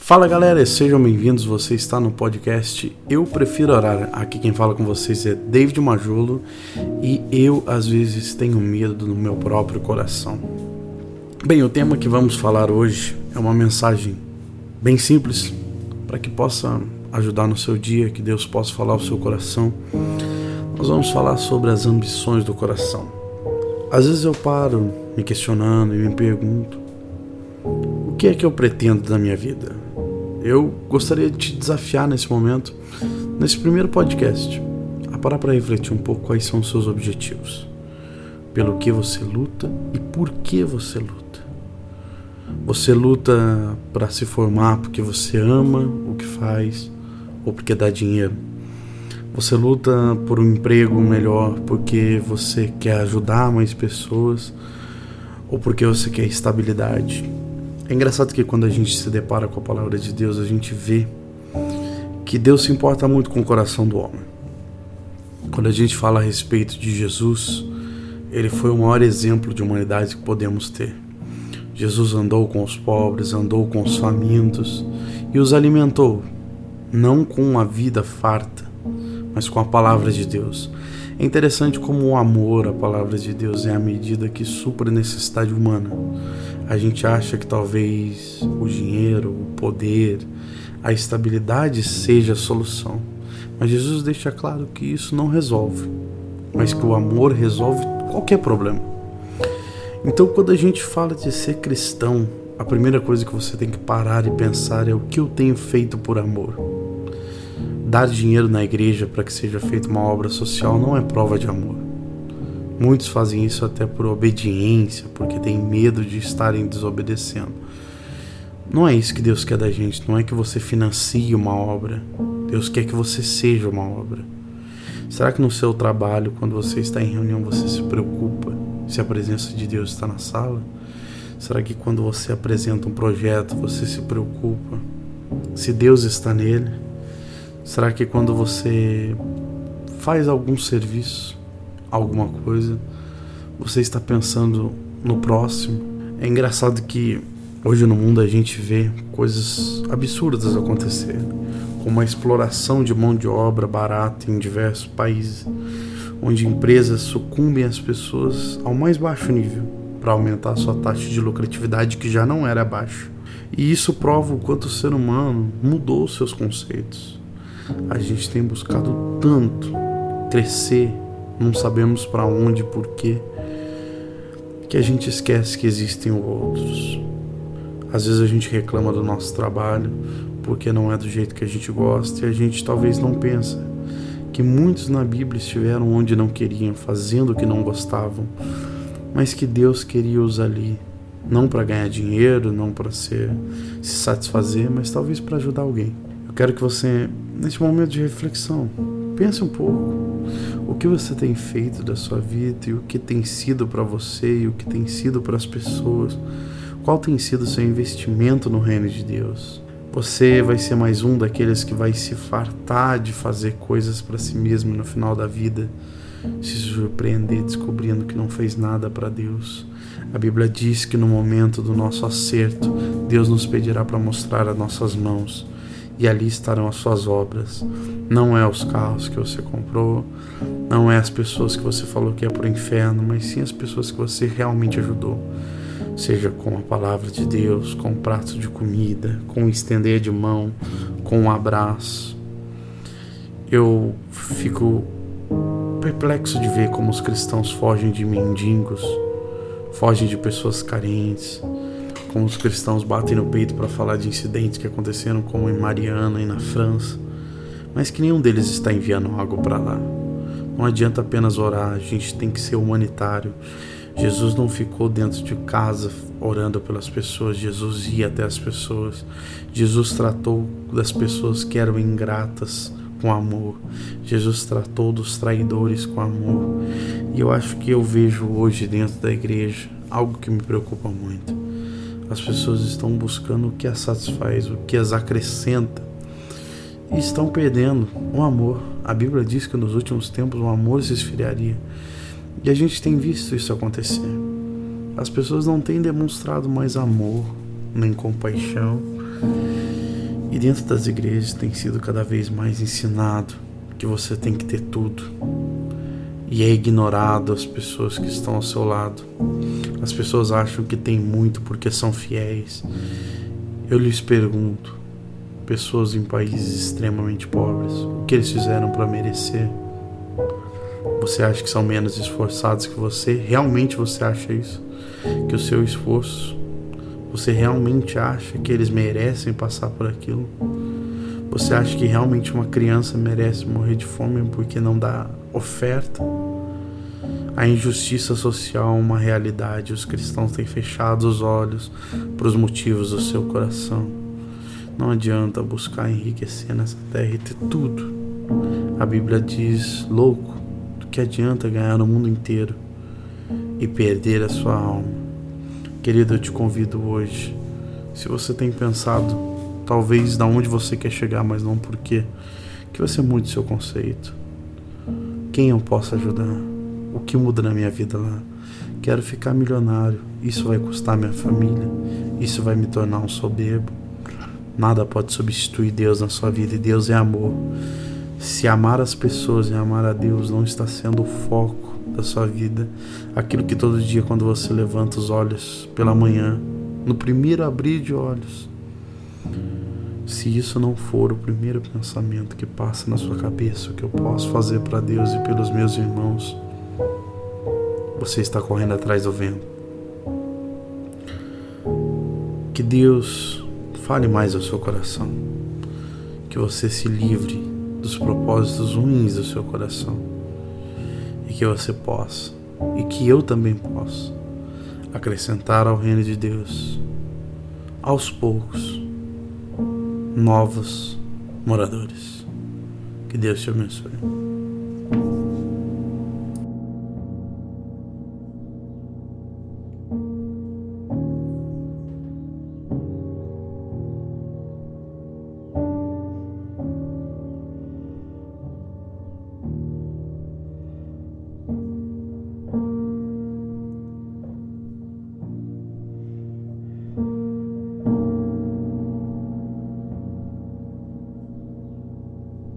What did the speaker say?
Fala galera, sejam bem-vindos, você está no podcast Eu Prefiro Orar. Aqui quem fala com vocês é David Majolo e eu às vezes tenho medo no meu próprio coração. Bem, o tema que vamos falar hoje é uma mensagem bem simples para que possa ajudar no seu dia, que Deus possa falar ao seu coração. Nós vamos falar sobre as ambições do coração. Às vezes eu paro me questionando e me pergunto: o que é que eu pretendo da minha vida? Eu gostaria de te desafiar nesse momento, nesse primeiro podcast, a parar para refletir um pouco quais são os seus objetivos, pelo que você luta e por que você luta. Você luta para se formar porque você ama o que faz ou porque dá dinheiro. Você luta por um emprego melhor porque você quer ajudar mais pessoas ou porque você quer estabilidade. É engraçado que quando a gente se depara com a palavra de Deus, a gente vê que Deus se importa muito com o coração do homem. Quando a gente fala a respeito de Jesus, ele foi o maior exemplo de humanidade que podemos ter. Jesus andou com os pobres, andou com os famintos e os alimentou, não com a vida farta, mas com a palavra de Deus. É interessante como o amor à palavra de Deus é a medida que supra a necessidade humana. A gente acha que talvez o dinheiro, o poder, a estabilidade seja a solução. Mas Jesus deixa claro que isso não resolve, mas que o amor resolve qualquer problema. Então, quando a gente fala de ser cristão, a primeira coisa que você tem que parar e pensar é: o que eu tenho feito por amor? Dar dinheiro na igreja para que seja feita uma obra social não é prova de amor. Muitos fazem isso até por obediência, porque têm medo de estarem desobedecendo. Não é isso que Deus quer da gente, não é que você financie uma obra. Deus quer que você seja uma obra. Será que no seu trabalho, quando você está em reunião, você se preocupa se a presença de Deus está na sala? Será que quando você apresenta um projeto, você se preocupa se Deus está nele? Será que quando você faz algum serviço, alguma coisa, você está pensando no próximo? É engraçado que hoje no mundo a gente vê coisas absurdas acontecer, como a exploração de mão de obra barata em diversos países, onde empresas sucumbem às pessoas ao mais baixo nível para aumentar a sua taxa de lucratividade, que já não era baixa. E isso prova o quanto o ser humano mudou os seus conceitos. A gente tem buscado tanto crescer, não sabemos para onde e por quê, que a gente esquece que existem outros. Às vezes a gente reclama do nosso trabalho porque não é do jeito que a gente gosta, e a gente talvez não pensa que muitos na Bíblia estiveram onde não queriam, fazendo o que não gostavam, mas que Deus queria-os ali, não para ganhar dinheiro, não para se satisfazer, mas talvez para ajudar alguém. Eu quero que você, nesse momento de reflexão, pense um pouco o que você tem feito da sua vida e o que tem sido para você e o que tem sido para as pessoas. Qual tem sido o seu investimento no reino de Deus? Você vai ser mais um daqueles que vai se fartar de fazer coisas para si mesmo no final da vida, se surpreender descobrindo que não fez nada para Deus. A Bíblia diz que no momento do nosso acerto, Deus nos pedirá para mostrar as nossas mãos, e ali estarão as suas obras. Não é os carros que você comprou, não é as pessoas que você falou que ia para o inferno, mas sim as pessoas que você realmente ajudou. Seja com a palavra de Deus, com um prato de comida, com um estender de mão, com um abraço. Eu fico perplexo de ver como os cristãos fogem de mendigos, fogem de pessoas carentes, como os cristãos batem no peito para falar de incidentes que aconteceram como em Mariana e na França, mas que nenhum deles está enviando algo para lá. Não adianta apenas orar, a gente tem que ser humanitário. Jesus não ficou dentro de casa orando pelas pessoas, Jesus ia até as pessoas. Jesus tratou das pessoas que eram ingratas com amor. Jesus tratou dos traidores com amor. E eu acho que eu vejo hoje dentro da igreja algo que me preocupa muito. As pessoas estão buscando o que as satisfaz, o que as acrescenta, e estão perdendo o amor. A Bíblia diz que nos últimos tempos o amor se esfriaria, e a gente tem visto isso acontecer. As pessoas não têm demonstrado mais amor, nem compaixão, E dentro das igrejas tem sido cada vez mais ensinado que você tem que ter tudo. E é ignorado as pessoas que estão ao seu lado. As pessoas acham que tem muito porque são fiéis. Eu lhes pergunto, pessoas em países extremamente pobres, o que eles fizeram para merecer? Você acha que são menos esforçados que você? Realmente você acha isso? Que o seu esforço, você realmente acha que eles merecem passar por aquilo? Você acha que realmente uma criança merece morrer de fome porque não dá oferta? A injustiça social é uma realidade. Os cristãos têm fechado os olhos para os motivos do seu coração. Não adianta buscar enriquecer nessa terra e ter tudo. A Bíblia diz, louco, do que adianta ganhar o mundo inteiro e perder a sua alma? Querido, eu te convido hoje, se você tem pensado, talvez da onde você quer chegar, mas não por quê, que você mude seu conceito. Quem eu posso ajudar? O que muda na minha vida lá? Quero ficar milionário, isso vai custar minha família, isso vai me tornar um soberbo. Nada pode substituir Deus na sua vida, e Deus é amor. Se amar as pessoas e amar a Deus não está sendo o foco da sua vida, aquilo que todo dia quando você levanta os olhos pela manhã, no primeiro abrir de olhos, se isso não for o primeiro pensamento que passa na sua cabeça, o que eu posso fazer para Deus e pelos meus irmãos, você está correndo atrás do vento. Que Deus fale mais ao seu coração, que você se livre dos propósitos ruins do seu coração e que você possa, e que eu também possa, acrescentar ao reino de Deus, aos poucos, novos moradores. Que Deus te abençoe.